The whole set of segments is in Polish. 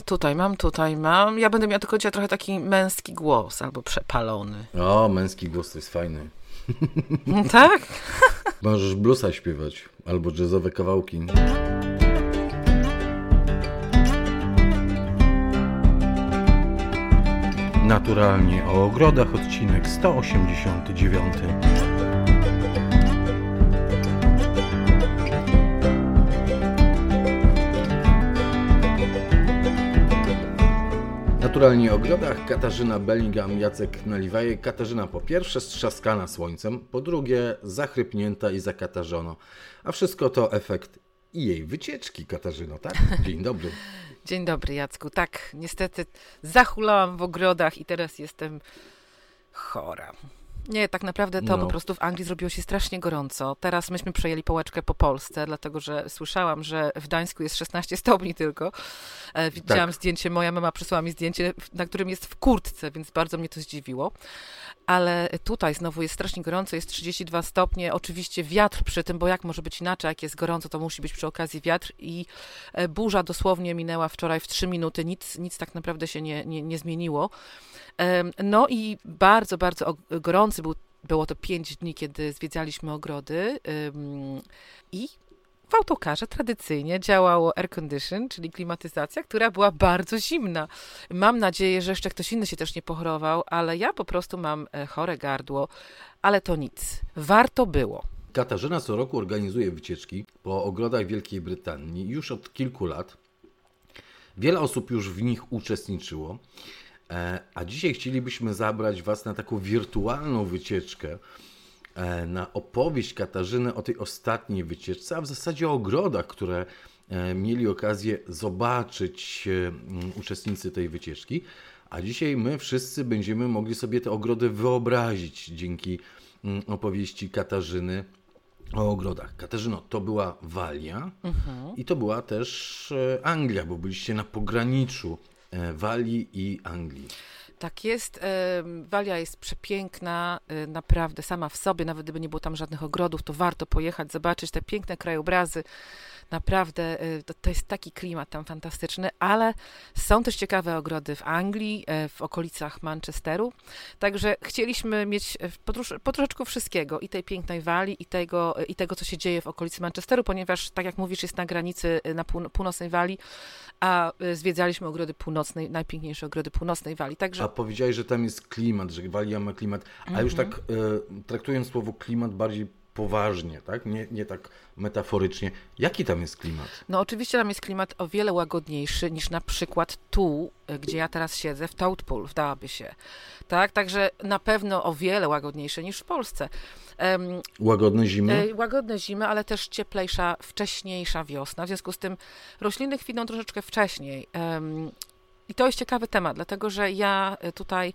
Tutaj mam. Ja będę miała tylko dzisiaj trochę taki męski głos, albo przepalony. O, męski głos to jest fajny. Tak? Możesz bluesa śpiewać, albo jazzowe kawałki. Naturalnie o ogrodach, odcinek 189. Naturalnie o ogrodach, Katarzyna Bellingham, Jacek Naliwajek. Katarzyna po pierwsze strzaskana słońcem, po drugie zachrypnięta i zakatarzona. A wszystko to efekt i jej wycieczki, Katarzyno, tak? Dzień dobry. Dzień dobry, Jacku. Tak, niestety zahulałam w ogrodach i teraz jestem chora. Nie, tak naprawdę to po prostu w Anglii zrobiło się strasznie gorąco. Teraz myśmy przejęli pałeczkę po Polsce, dlatego że słyszałam, że w Gdańsku jest 16 stopni tylko. Widziałam zdjęcie, moja mama przysłała mi zdjęcie, na którym jest w kurtce, więc bardzo mnie to zdziwiło. Ale tutaj znowu jest strasznie gorąco, jest 32 stopnie, oczywiście wiatr przy tym, bo jak może być inaczej, jak jest gorąco, to musi być przy okazji wiatr i burza dosłownie minęła wczoraj w 3 minuty, nic tak naprawdę się nie zmieniło. No i bardzo, bardzo gorący było to 5 dni, kiedy zwiedzaliśmy ogrody i w autokarze tradycyjnie działało air condition, czyli klimatyzacja, która była bardzo zimna. Mam nadzieję, że jeszcze ktoś inny się też nie pochorował, ale ja po prostu mam chore gardło, ale to nic. Warto było. Katarzyna co roku organizuje wycieczki po ogrodach Wielkiej Brytanii już od kilku lat. Wiele osób już w nich uczestniczyło. A dzisiaj chcielibyśmy zabrać Was na taką wirtualną wycieczkę, na opowieść Katarzyny o tej ostatniej wycieczce, a w zasadzie o ogrodach, które mieli okazję zobaczyć uczestnicy tej wycieczki. A dzisiaj my wszyscy będziemy mogli sobie te ogrody wyobrazić dzięki opowieści Katarzyny o ogrodach. Katarzyno, to była Walia i to była też Anglia, bo byliście na pograniczu Walii i Anglii. Tak jest. Walia jest przepiękna, naprawdę sama w sobie, nawet gdyby nie było tam żadnych ogrodów, to warto pojechać, zobaczyć te piękne krajobrazy. Naprawdę to jest taki klimat tam fantastyczny, ale są też ciekawe ogrody w Anglii, w okolicach Manchesteru. Także chcieliśmy mieć po troszeczkę wszystkiego, i tej pięknej Walii, i tego, co się dzieje w okolicy Manchesteru, ponieważ, tak jak mówisz, jest na granicy na północnej Walii, a zwiedzaliśmy ogrody północnej, najpiękniejsze ogrody północnej Walii. Także... A powiedziałeś, że tam jest klimat, że Walia ma klimat, a już tak traktując słowo klimat bardziej poważnie, tak? Nie tak metaforycznie. Jaki tam jest klimat? No oczywiście tam jest klimat o wiele łagodniejszy niż na przykład tu, gdzie ja teraz siedzę, w Toadpool, wdałaby się. Tak? Także na pewno o wiele łagodniejszy niż w Polsce. Łagodne zimy? Łagodne zimy, ale też cieplejsza, wcześniejsza wiosna. W związku z tym rośliny kwitną troszeczkę wcześniej. I to jest ciekawy temat, dlatego że ja tutaj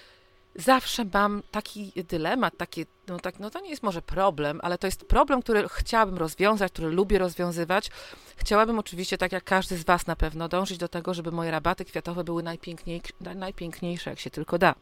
zawsze mam taki dylemat, to nie jest może problem, ale to jest problem, który chciałabym rozwiązać, który lubię rozwiązywać. Chciałabym oczywiście, tak jak każdy z Was na pewno, dążyć do tego, żeby moje rabaty kwiatowe były najpiękniejsze, jak się tylko da.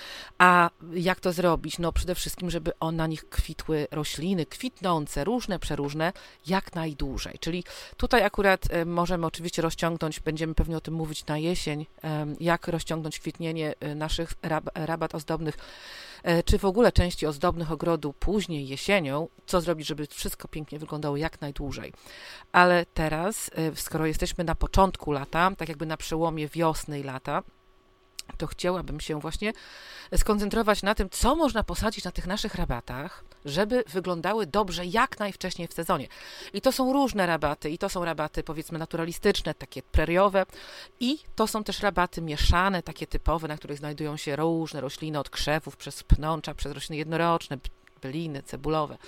A jak to zrobić? No przede wszystkim, żeby na nich kwitły rośliny, kwitnące, różne, przeróżne, jak najdłużej. Czyli tutaj akurat możemy oczywiście rozciągnąć, będziemy pewnie o tym mówić na jesień, jak rozciągnąć kwitnienie naszych rabat ozdobnych, czy w ogóle części ozdobnych ogrodu później jesienią, co zrobić, żeby wszystko pięknie wyglądało jak najdłużej. Ale teraz, skoro jesteśmy na początku lata, tak jakby na przełomie wiosny i lata, to chciałabym się właśnie skoncentrować na tym, co można posadzić na tych naszych rabatach, żeby wyglądały dobrze jak najwcześniej w sezonie. I to są różne rabaty, i to są rabaty powiedzmy naturalistyczne, takie preriowe, i to są też rabaty mieszane, takie typowe, na których znajdują się różne rośliny, od krzewów, przez pnącza, przez rośliny jednoroczne, byliny, cebulowe.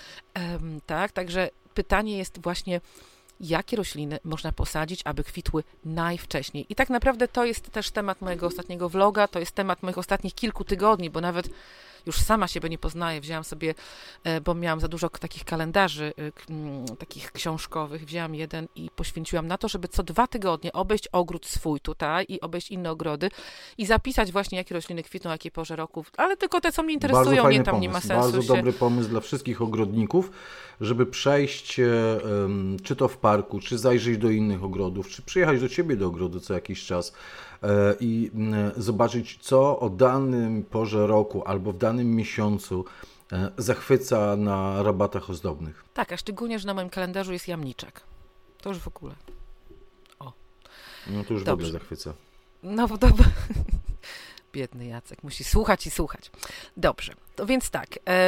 Tak, także pytanie jest właśnie, jakie rośliny można posadzić, aby kwitły najwcześniej. I tak naprawdę to jest też temat mojego ostatniego vloga, to jest temat moich ostatnich kilku tygodni, bo nawet już sama siebie nie poznaję, wzięłam sobie, bo miałam za dużo takich kalendarzy, takich książkowych, wzięłam jeden i poświęciłam na to, żeby co 2 tygodnie obejść ogród swój tutaj i obejść inne ogrody i zapisać właśnie, jakie rośliny kwitną, jakie porze roku, ale tylko te, co mnie interesują, nie tam pomysł, nie ma sensu. Bardzo dobry pomysł dla wszystkich ogrodników, żeby przejść czy to w parku, czy zajrzeć do innych ogrodów, czy przyjechać do ciebie do ogrodu co jakiś czas i zobaczyć, co o danym porze roku albo w danym miesiącu zachwyca na rabatach ozdobnych. Tak, a szczególnie, że na moim kalendarzu jest jamniczek. To już w ogóle. O. No to już Dobrze. w ogóle zachwyca. No bo dobra. Biedny Jacek, musi słuchać i słuchać. Dobrze, to więc tak.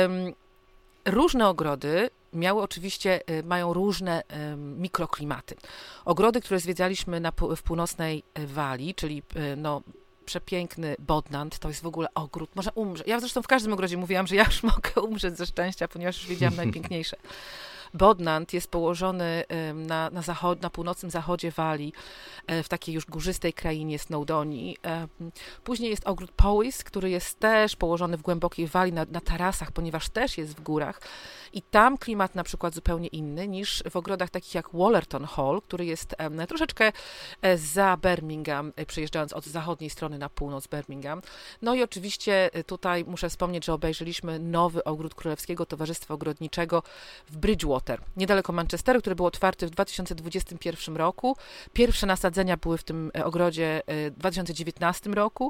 Różne ogrody mają różne mikroklimaty. Ogrody, które zwiedzaliśmy w północnej Walii, czyli przepiękny Bodnant, to jest w ogóle ogród, można umrzeć. Ja zresztą w każdym ogrodzie mówiłam, że ja już mogę umrzeć ze szczęścia, ponieważ już wiedziałam najpiękniejsze. Bodnant jest położony na północnym zachodzie Walii, w takiej już górzystej krainie Snowdonii. Później jest ogród Powys, który jest też położony w głębokiej Walii na tarasach, ponieważ też jest w górach. I tam klimat na przykład zupełnie inny niż w ogrodach takich jak Wallerton Hall, który jest troszeczkę za Birmingham, przyjeżdżając od zachodniej strony na północ Birmingham. No i oczywiście tutaj muszę wspomnieć, że obejrzeliśmy nowy ogród Królewskiego Towarzystwa Ogrodniczego w Bridgewater, niedaleko Manchesteru, który był otwarty w 2021 roku. Pierwsze nasadzenia były w tym ogrodzie w 2019 roku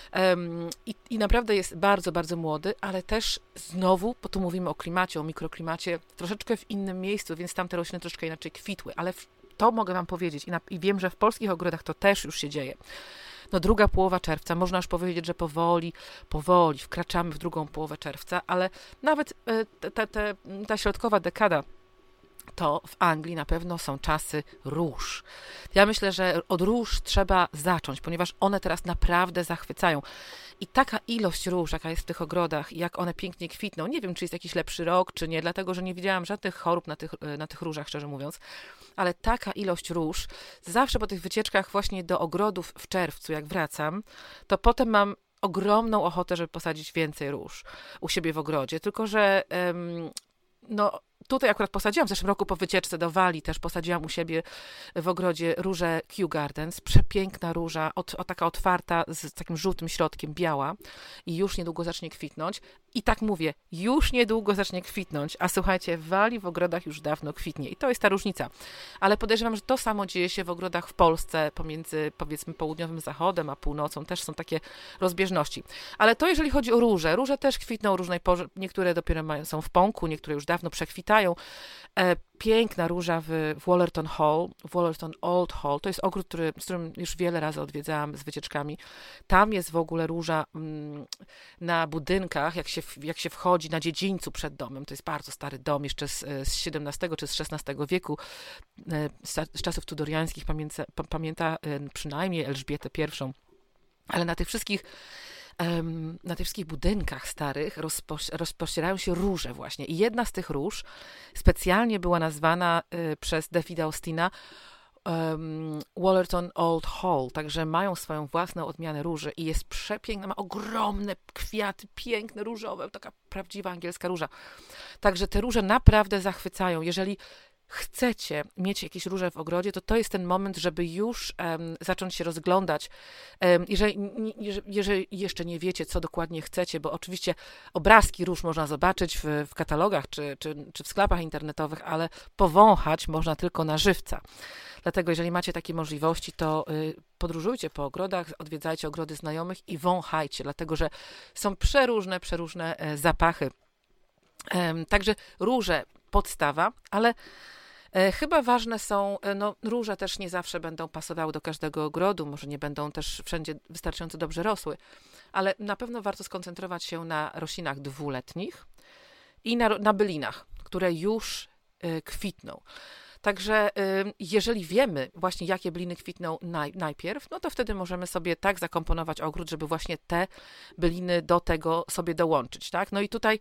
i naprawdę jest bardzo, bardzo młody, ale też znowu, bo tu mówimy o klimacie, o mikroklimacie, troszeczkę w innym miejscu, więc tam te rośliny troszeczkę inaczej kwitły, ale to mogę wam powiedzieć i wiem, że w polskich ogrodach to też już się dzieje. No druga połowa czerwca, można już powiedzieć, że powoli wkraczamy w drugą połowę czerwca, ale nawet ta środkowa dekada, to w Anglii na pewno są czasy róż. Ja myślę, że od róż trzeba zacząć, ponieważ one teraz naprawdę zachwycają. I taka ilość róż, jaka jest w tych ogrodach, jak one pięknie kwitną, nie wiem, czy jest jakiś lepszy rok, czy nie, dlatego, że nie widziałam żadnych chorób na tych różach, szczerze mówiąc, ale taka ilość róż, zawsze po tych wycieczkach właśnie do ogrodów w czerwcu, jak wracam, to potem mam ogromną ochotę, żeby posadzić więcej róż u siebie w ogrodzie, tylko że tutaj akurat posadziłam w zeszłym roku po wycieczce do Walii, też posadziłam u siebie w ogrodzie różę Kew Gardens. Przepiękna róża, taka otwarta, z takim żółtym środkiem, biała i już niedługo zacznie kwitnąć. I tak mówię, już niedługo zacznie kwitnąć, a słuchajcie, w Walii w ogrodach już dawno kwitnie i to jest ta różnica. Ale podejrzewam, że to samo dzieje się w ogrodach w Polsce pomiędzy, powiedzmy, południowym zachodem a północą. Też są takie rozbieżności. Ale to jeżeli chodzi o róże. Róże też kwitną o różnej porze. Niektóre dopiero są w pąku, niektóre już dawno przekwitają. Piękna róża w Wallerton Hall, w Wallerton Old Hall. To jest ogród, z którym już wiele razy odwiedzałam z wycieczkami. Tam jest w ogóle róża na budynkach, jak się wchodzi na dziedzińcu przed domem. To jest bardzo stary dom, jeszcze z XVII czy z XVI wieku. Z czasów tudoriańskich pamięta przynajmniej Elżbietę I. Ale na tych wszystkich budynkach starych rozpościerają się róże właśnie. I jedna z tych róż specjalnie była nazwana przez Davida Austina Wallerton Old Hall, także mają swoją własną odmianę róży i jest przepiękna, ma ogromne kwiaty, piękne, różowe, taka prawdziwa angielska róża. Także te róże naprawdę zachwycają. Jeżeli chcecie mieć jakieś róże w ogrodzie, to jest ten moment, żeby już zacząć się rozglądać. Jeżeli jeszcze nie wiecie, co dokładnie chcecie, bo oczywiście obrazki róż można zobaczyć w katalogach czy w sklepach internetowych, ale powąchać można tylko na żywca. Dlatego jeżeli macie takie możliwości, to podróżujcie po ogrodach, odwiedzajcie ogrody znajomych i wąchajcie, dlatego że są przeróżne zapachy. Także róże podstawa, ale chyba ważne są, róże też nie zawsze będą pasowały do każdego ogrodu, może nie będą też wszędzie wystarczająco dobrze rosły, ale na pewno warto skoncentrować się na roślinach dwuletnich i na bylinach, które już kwitną. Także jeżeli wiemy właśnie, jakie byliny kwitną najpierw, no to wtedy możemy sobie tak zakomponować ogród, żeby właśnie te byliny do tego sobie dołączyć, tak? No i tutaj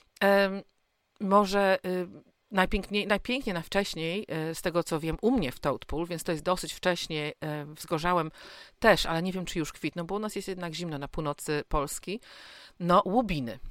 może najwcześniej, z tego co wiem, u mnie w Toadpool, więc to jest dosyć wcześnie, wzgorzałem też, ale nie wiem, czy już kwitną, bo u nas jest jednak zimno na północy Polski, łubiny.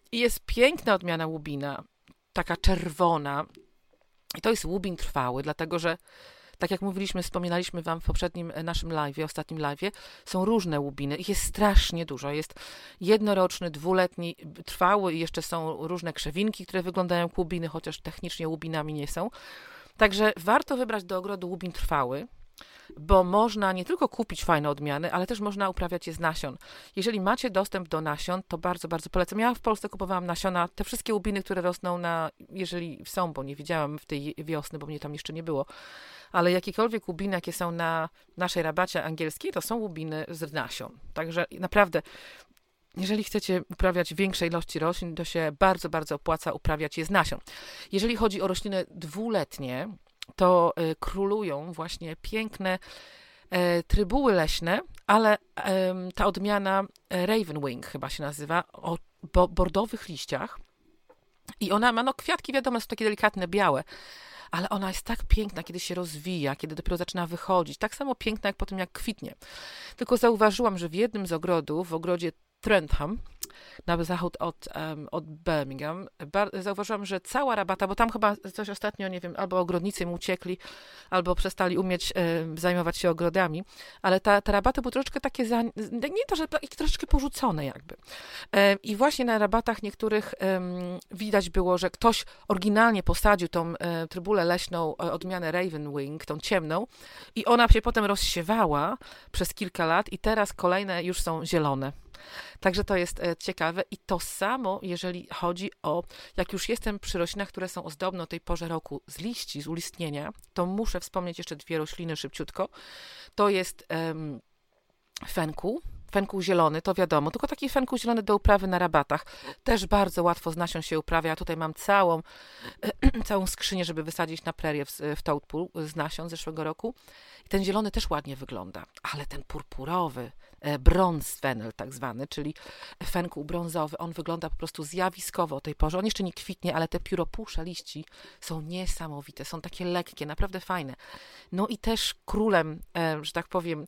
I jest piękna odmiana łubina, taka czerwona. I to jest łubin trwały, dlatego że, tak jak mówiliśmy, wspominaliśmy Wam w poprzednim naszym live'ie, ostatnim live'ie, są różne łubiny. Ich jest strasznie dużo. Jest jednoroczny, dwuletni, trwały i jeszcze są różne krzewinki, które wyglądają jak łubiny, chociaż technicznie łubinami nie są. Także warto wybrać do ogrodu łubin trwały, bo można nie tylko kupić fajne odmiany, ale też można uprawiać je z nasion. Jeżeli macie dostęp do nasion, to bardzo, bardzo polecam. Ja w Polsce kupowałam nasiona, te wszystkie łubiny, które rosną jeżeli są, bo nie widziałam w tej wiosny, bo mnie tam jeszcze nie było, ale jakiekolwiek łubiny, jakie są na naszej rabacie angielskiej, to są łubiny z nasion. Także naprawdę, jeżeli chcecie uprawiać większej ilości roślin, to się bardzo, bardzo opłaca uprawiać je z nasion. Jeżeli chodzi o rośliny dwuletnie, to królują właśnie piękne trybuły leśne, ale ta odmiana Ravenwing chyba się nazywa, o bordowych liściach. I ona ma, kwiatki wiadomo, są takie delikatne, białe, ale ona jest tak piękna, kiedy się rozwija, kiedy dopiero zaczyna wychodzić. Tak samo piękna, jak potem jak kwitnie. Tylko zauważyłam, że w jednym z ogrodów, w ogrodzie Trentham, na zachód od Birmingham, zauważyłam, że cała rabata, bo tam chyba coś ostatnio, nie wiem, albo ogrodnicy im uciekli, albo przestali umieć zajmować się ogrodami, ale te rabaty były troszeczkę takie, nie to, że troszeczkę porzucone jakby. I właśnie na rabatach niektórych widać było, że ktoś oryginalnie posadził tą trybulę leśną odmianę Ravenwing, tą ciemną, i ona się potem rozsiewała przez kilka lat i teraz kolejne już są zielone. Także to jest ciekawe i to samo, jeżeli chodzi o, jak już jestem przy roślinach, które są ozdobne o tej porze roku z liści, z ulistnienia, to muszę wspomnieć jeszcze dwie rośliny szybciutko. To jest fenkuł zielony, to wiadomo, tylko taki fenkuł zielony do uprawy na rabatach. Też bardzo łatwo z nasion się uprawia. Tutaj mam całą skrzynię, żeby wysadzić na prerię w Toadpool z nasion z zeszłego roku. I ten zielony też ładnie wygląda, ale ten purpurowy, bronze fennel tak zwany, czyli fenkuł brązowy, on wygląda po prostu zjawiskowo o tej porze. On jeszcze nie kwitnie, ale te pióropusze liści są niesamowite, są takie lekkie, naprawdę fajne. No i też królem, że tak powiem,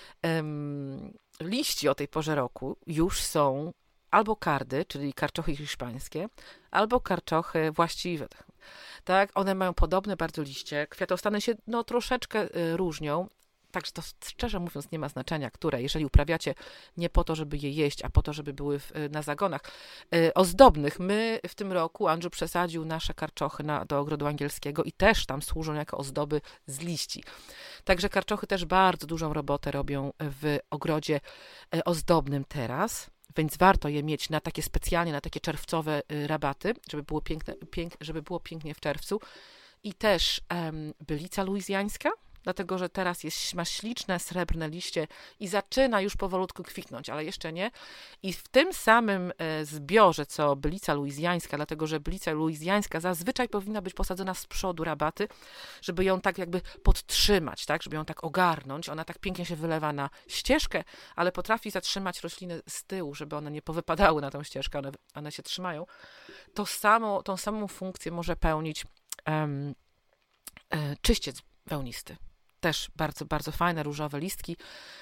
liści o tej porze roku już są albo kardy, czyli karczochy hiszpańskie, albo karczochy właściwe. Tak, one mają podobne bardzo liście, kwiatostany się troszeczkę różnią, także to szczerze mówiąc nie ma znaczenia, które, jeżeli uprawiacie nie po to, żeby je jeść, a po to, żeby były na zagonach ozdobnych. My w tym roku Andrew przesadził nasze karczochy do ogrodu angielskiego i też tam służą jako ozdoby z liści. Także karczochy też bardzo dużą robotę robią w ogrodzie ozdobnym teraz, więc warto je mieć specjalnie na takie czerwcowe rabaty, żeby było pięknie w czerwcu. I też bylica luizjańska, dlatego że teraz ma śliczne, srebrne liście i zaczyna już powolutku kwitnąć, ale jeszcze nie. I w tym samym zbiorze, co bylica luizjańska, dlatego że bylica luizjańska zazwyczaj powinna być posadzona z przodu rabaty, żeby ją tak jakby podtrzymać, tak, żeby ją tak ogarnąć. Ona tak pięknie się wylewa na ścieżkę, ale potrafi zatrzymać rośliny z tyłu, żeby one nie powypadały na tą ścieżkę, one się trzymają. Tą samą funkcję może pełnić czyściec wełnisty. Też bardzo, bardzo fajne, różowe listki.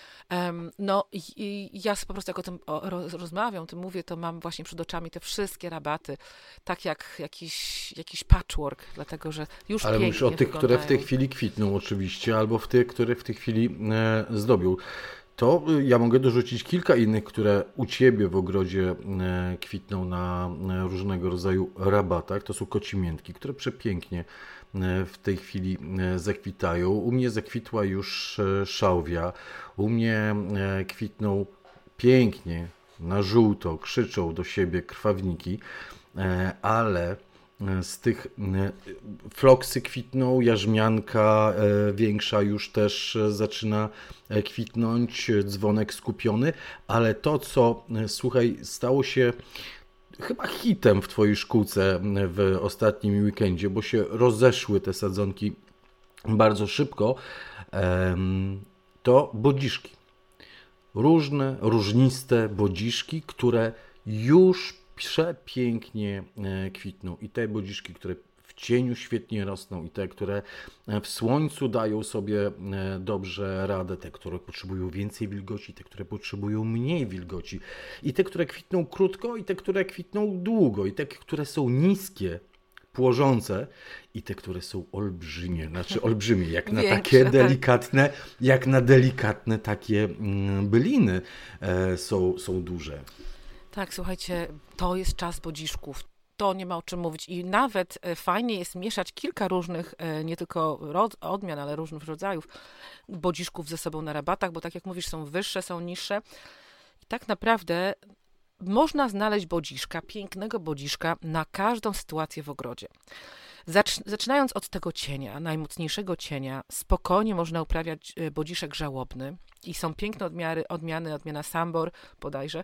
I ja po prostu jak o tym rozmawiam, o tym mówię, to mam właśnie przed oczami te wszystkie rabaty, tak jak jakiś patchwork, dlatego że już ale pięknie mówisz o tych, wyglądają. które w tej chwili kwitną oczywiście, albo które w tej chwili zdobią. To ja mogę dorzucić kilka innych, które u Ciebie w ogrodzie kwitną na różnego rodzaju rabatach. To są kocimiętki, które przepięknie w tej chwili zakwitają. U mnie zakwitła już szałwia. U mnie kwitną pięknie, na żółto, krzyczą do siebie krwawniki, ale z tych floksy kwitną, jarzmianka większa już też zaczyna kwitnąć, dzwonek skupiony, ale to, co, słuchaj, stało się chyba hitem w Twojej szkółce w ostatnim weekendzie, bo się rozeszły te sadzonki bardzo szybko, to bodziszki. Różne, różniste bodziszki, które już przepięknie kwitną. I te bodziszki, które w cieniu świetnie rosną i te, które w słońcu dają sobie dobrze radę, te, które potrzebują więcej wilgoci, te, które potrzebują mniej wilgoci i te, które kwitną krótko i te, które kwitną długo i te, które są niskie, płożące i te, które są olbrzymie, jak na takie delikatne, jak na delikatne takie byliny są duże. Tak, słuchajcie, to jest czas bodziszków. To nie ma o czym mówić i nawet fajnie jest mieszać kilka różnych, nie tylko odmian, ale różnych rodzajów bodziszków ze sobą na rabatach, bo tak jak mówisz, są wyższe, są niższe i tak naprawdę można znaleźć bodziszka, pięknego bodziszka na każdą sytuację w ogrodzie. Zaczynając od tego cienia, najmocniejszego cienia, spokojnie można uprawiać bodziszek żałobny i są piękne odmiana Sambor bodajże,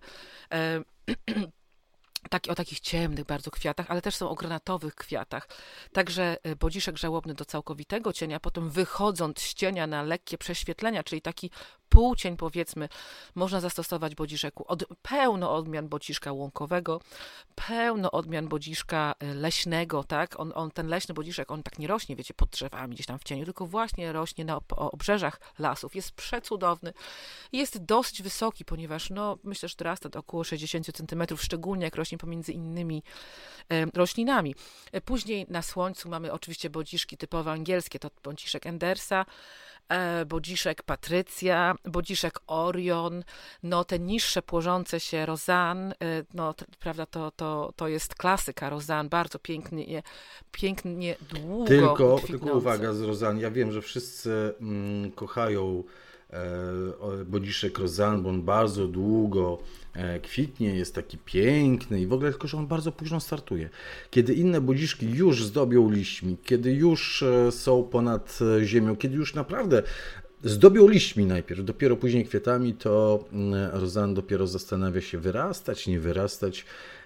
o takich ciemnych bardzo kwiatach, ale też są o granatowych kwiatach. Także bodziszek żałobny do całkowitego cienia, potem wychodząc z cienia na lekkie prześwietlenia, czyli taki półcień powiedzmy, można zastosować bodziszek pełno odmian bodziszka łąkowego, pełno odmian bodziszka leśnego, tak? Ten leśny bodziszek, on tak nie rośnie, wiecie, pod drzewami gdzieś tam w cieniu, tylko właśnie rośnie na obrzeżach lasów. Jest przecudowny. Jest dosyć wysoki, ponieważ myślę, że dorasta do około 60 cm, szczególnie jak rośnie pomiędzy innymi roślinami. Później na słońcu mamy oczywiście bodziszki typowo angielskie, to bodziszek Endersa, bodziszek Patrycja, bodziszek Orion, te niższe płożące się Rozan, prawda, to jest klasyka Rozan, bardzo pięknie długo Tylko uwaga z Rozan, ja wiem, że wszyscy kochają bodziszek Rozan, bo on bardzo długo kwitnie, jest taki piękny i w ogóle tylko, że on bardzo późno startuje. Kiedy inne bodziszki już zdobią liśćmi, kiedy już są ponad ziemią, kiedy już naprawdę zdobią liśćmi najpierw, dopiero później kwiatami, to Rozan dopiero zastanawia się wyrastać, nie wyrastać,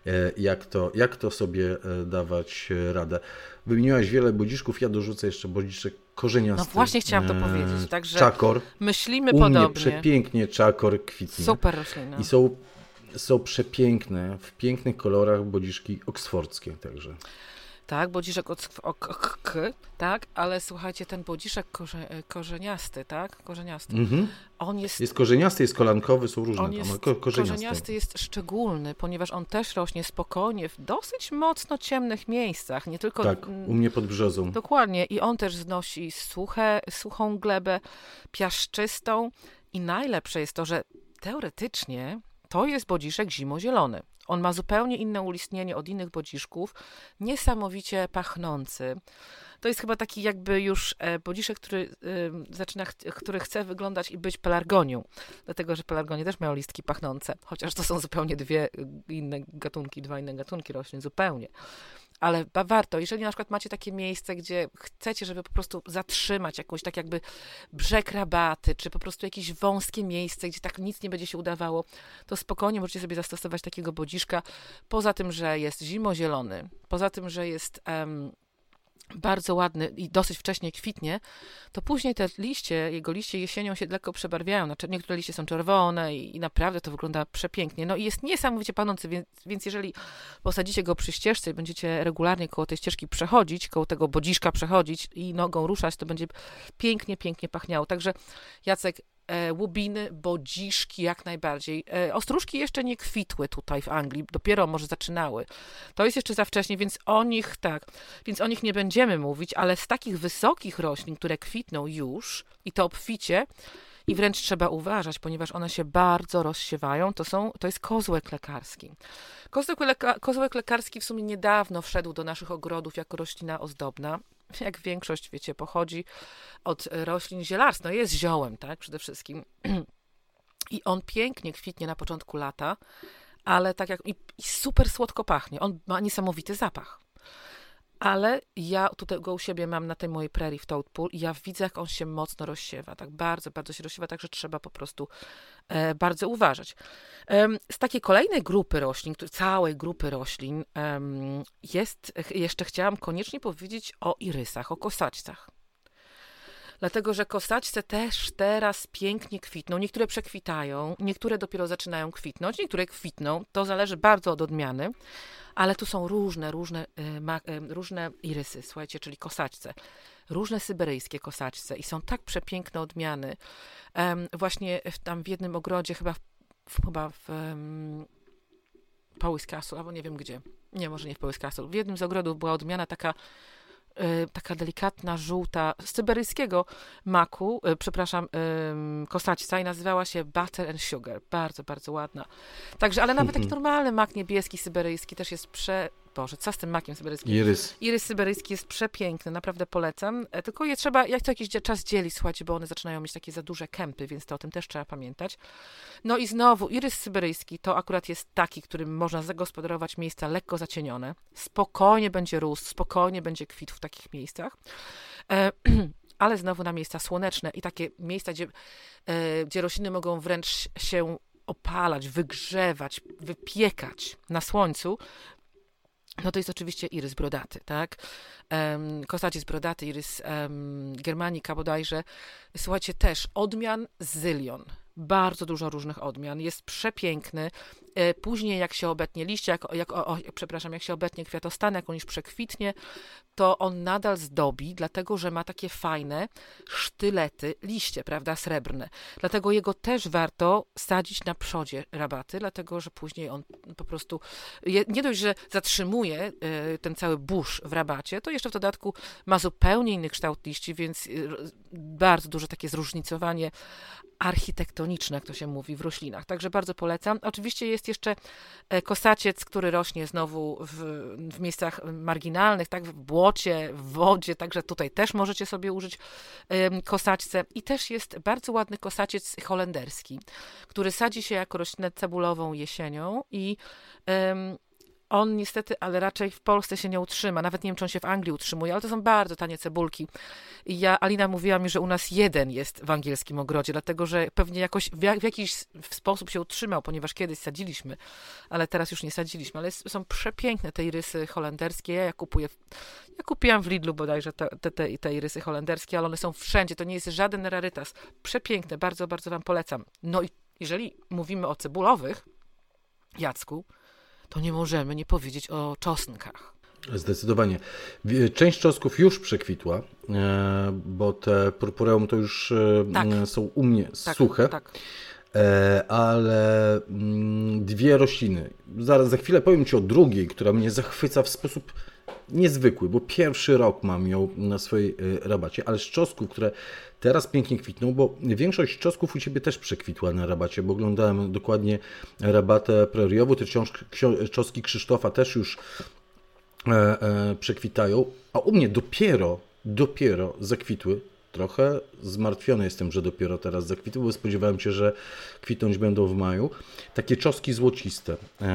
jak to sobie dawać radę. Wymieniłaś wiele bodziszków, ja dorzucę jeszcze bodziszek korzeniasty. No właśnie chciałam to powiedzieć, także czakor. Myślimy podobnie. podobnie. Przepięknie czakor kwitnie. Super roślina. I są przepiękne, w pięknych kolorach bodziszki oksfordzkie także. Tak, bodziszek tak, ale słuchajcie, ten bodziszek korzeniasty, tak? Korzeniasty. On jest korzeniasty, jest kolankowy, są różne korzeniasty jest szczególny, ponieważ on też rośnie spokojnie w dosyć mocno ciemnych miejscach, nie tylko... Tak, u mnie pod brzozą. Dokładnie. I on też znosi suchą glebę, piaszczystą i najlepsze jest to, że teoretycznie to jest bodziszek zimozielony. On ma zupełnie inne ulistnienie od innych bodziszków, niesamowicie pachnący. To jest chyba taki jakby już bodziszek, który chce wyglądać i być pelargonią. Dlatego, że pelargonie też mają listki pachnące, chociaż to są zupełnie dwa inne gatunki roślin, zupełnie. Ale warto, jeżeli na przykład macie takie miejsce, gdzie chcecie, żeby po prostu zatrzymać jakąś tak jakby brzeg rabaty, czy po prostu jakieś wąskie miejsce, gdzie tak nic nie będzie się udawało, to spokojnie możecie sobie zastosować takiego bodziszka, poza tym, że jest zimozielony, poza tym, że jest bardzo ładny i dosyć wcześnie kwitnie, to później jego liście jesienią się lekko przebarwiają. Znaczy, niektóre liście są czerwone i naprawdę to wygląda przepięknie. I jest niesamowicie pachnący, więc jeżeli posadzicie go przy ścieżce i będziecie regularnie koło tej ścieżki przechodzić, koło tego bodziszka przechodzić i nogą ruszać, to będzie pięknie, pięknie pachniało. Także Jacek, łubiny, bodziszki jak najbardziej. Ostróżki jeszcze nie kwitły tutaj w Anglii, dopiero może zaczynały. To jest jeszcze za wcześnie, więc o nich nie będziemy mówić, ale z takich wysokich roślin, które kwitną już i to obficie, i wręcz trzeba uważać, ponieważ one się bardzo rozsiewają, to jest kozłek lekarski. Kozłek lekarski w sumie niedawno wszedł do naszych ogrodów jako roślina ozdobna. Jak większość, wiecie, pochodzi od roślin zielarstw. Jest ziołem, tak, przede wszystkim. I on pięknie kwitnie na początku lata, ale tak jak i super słodko pachnie. On ma niesamowity zapach. Ale ja tutaj go u siebie mam na tej mojej prairie w Toadpool i ja widzę, jak on się mocno rozsiewa. Tak bardzo, bardzo się rozsiewa, także trzeba po prostu bardzo uważać. Z takiej kolejnej grupy roślin, całej grupy roślin, jeszcze chciałam koniecznie powiedzieć o irysach, o kosaćcach. Dlatego, że kosaćce też teraz pięknie kwitną. Niektóre przekwitają, niektóre dopiero zaczynają kwitnąć, niektóre kwitną. To zależy bardzo od odmiany, ale tu są różne irysy, słuchajcie, czyli kosaćce. Różne syberyjskie kosaćce i są tak przepiękne odmiany. Właśnie tam w jednym ogrodzie, chyba w Powys Castle, albo nie wiem gdzie. Nie, może nie w Powys Castle. W jednym z ogrodów była odmiana taka delikatna, żółta, z syberyjskiego maku, kosaćca i nazywała się Butter and Sugar. Bardzo, bardzo ładna. Także, ale nawet taki normalny mak niebieski, syberyjski też jest Boże, co z tym makiem syberyjskim? Irys syberyjski jest przepiękny, naprawdę polecam. Tylko je trzeba, jak to jakiś czas dzielić, słuchajcie, bo one zaczynają mieć takie za duże kępy, więc to o tym też trzeba pamiętać. No i znowu, irys syberyjski to akurat jest taki, którym można zagospodarować miejsca lekko zacienione. Spokojnie będzie rósł, spokojnie będzie kwitł w takich miejscach. Ale znowu na miejsca słoneczne i takie miejsca, gdzie rośliny mogą wręcz się opalać, wygrzewać, wypiekać na słońcu. No to jest oczywiście irys brodaty, tak? Kosaciec brodaty, irys germanica bodajże. Słuchajcie, też odmian zylion. Bardzo dużo różnych odmian. Jest przepiękny. Później jak się obetnie liście, jak się obetnie kwiatostan, jak on już przekwitnie, to on nadal zdobi, dlatego że ma takie fajne sztylety, liście, prawda, srebrne. Dlatego jego też warto sadzić na przodzie rabaty, dlatego że później on po prostu nie dość, że zatrzymuje ten cały burz w rabacie, to jeszcze w dodatku ma zupełnie inny kształt liści, więc bardzo duże takie zróżnicowanie architektoniczne, jak to się mówi, w roślinach. Także bardzo polecam. Oczywiście jest jeszcze kosaciec, który rośnie znowu w miejscach marginalnych, tak, w błocie, w wodzie, także tutaj też możecie sobie użyć kosaćce. I też jest bardzo ładny kosaciec holenderski, który sadzi się jako roślinę cebulową jesienią i on niestety, ale raczej w Polsce się nie utrzyma. Nawet nie wiem, czy on się w Anglii utrzymuje, ale to są bardzo tanie cebulki. I Alina mówiła mi, że u nas jeden jest w angielskim ogrodzie, dlatego że pewnie jakoś w jakiś sposób się utrzymał, ponieważ kiedyś sadziliśmy, ale teraz już nie sadziliśmy. Ale są przepiękne te irysy holenderskie. Ja kupiłam w Lidlu bodajże te irysy holenderskie, ale one są wszędzie. To nie jest żaden rarytas. Przepiękne, bardzo, bardzo wam polecam. No i jeżeli mówimy o cebulowych, Jacku, to nie możemy nie powiedzieć o czosnkach. Zdecydowanie. Część czosnków już przekwitła, bo te purpureum to już są u mnie suche. Tak. Ale dwie rośliny. Za chwilę powiem Ci o drugiej, która mnie zachwyca w sposób niezwykły, bo pierwszy rok mam ją na swojej rabacie, ale z czosnków, które teraz pięknie kwitną, bo większość czosnków u Ciebie też przekwitła na rabacie, bo oglądałem dokładnie rabatę preriową, te czoski Krzysztofa też już przekwitają, a u mnie dopiero zakwitły. Trochę zmartwiony jestem, że dopiero teraz zakwitły, bo spodziewałem się, że kwitnąć będą w maju. Takie czoski złociste.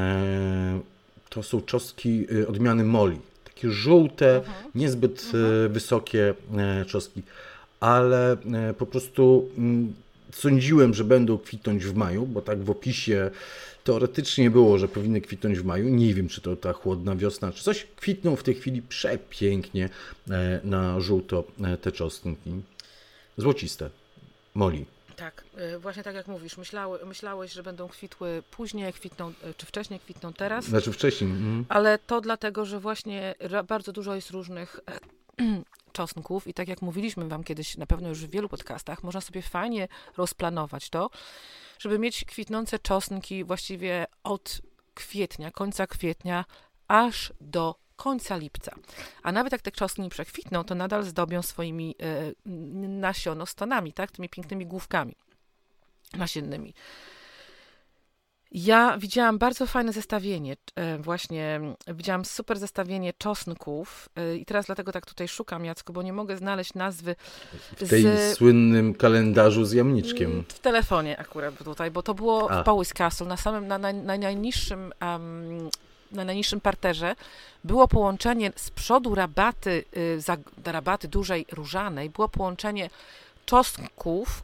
To są czoski odmiany Moli. Takie żółte, niezbyt wysokie czoski. Ale po prostu sądziłem, że będą kwitnąć w maju, bo tak w opisie teoretycznie było, że powinny kwitnąć w maju. Nie wiem, czy to ta chłodna wiosna, czy coś. Kwitną w tej chwili przepięknie na żółto te czosnki. Złociste. Moli. Tak, właśnie tak jak mówisz, myślałeś, że będą kwitły później, kwitną, czy wcześniej, kwitną teraz. Znaczy wcześniej. Ale to dlatego, że właśnie bardzo dużo jest różnych czosnków i tak jak mówiliśmy wam kiedyś, na pewno już w wielu podcastach, można sobie fajnie rozplanować to, żeby mieć kwitnące czosnki właściwie od kwietnia, końca kwietnia, aż do końca lipca. A nawet jak te czosnki nie przekwitną, to nadal zdobią swoimi nasionostonami, tak? Tymi pięknymi główkami nasiennymi. Ja widziałam bardzo fajne zestawienie, widziałam super zestawienie czosnków i teraz dlatego tak tutaj szukam, Jacku, bo nie mogę znaleźć nazwy. W tej słynnym kalendarzu z jamniczkiem. W telefonie akurat tutaj, bo to było w Powys Castle, na najniższym parterze było połączenie z przodu rabaty dużej różanej, było połączenie czosnków,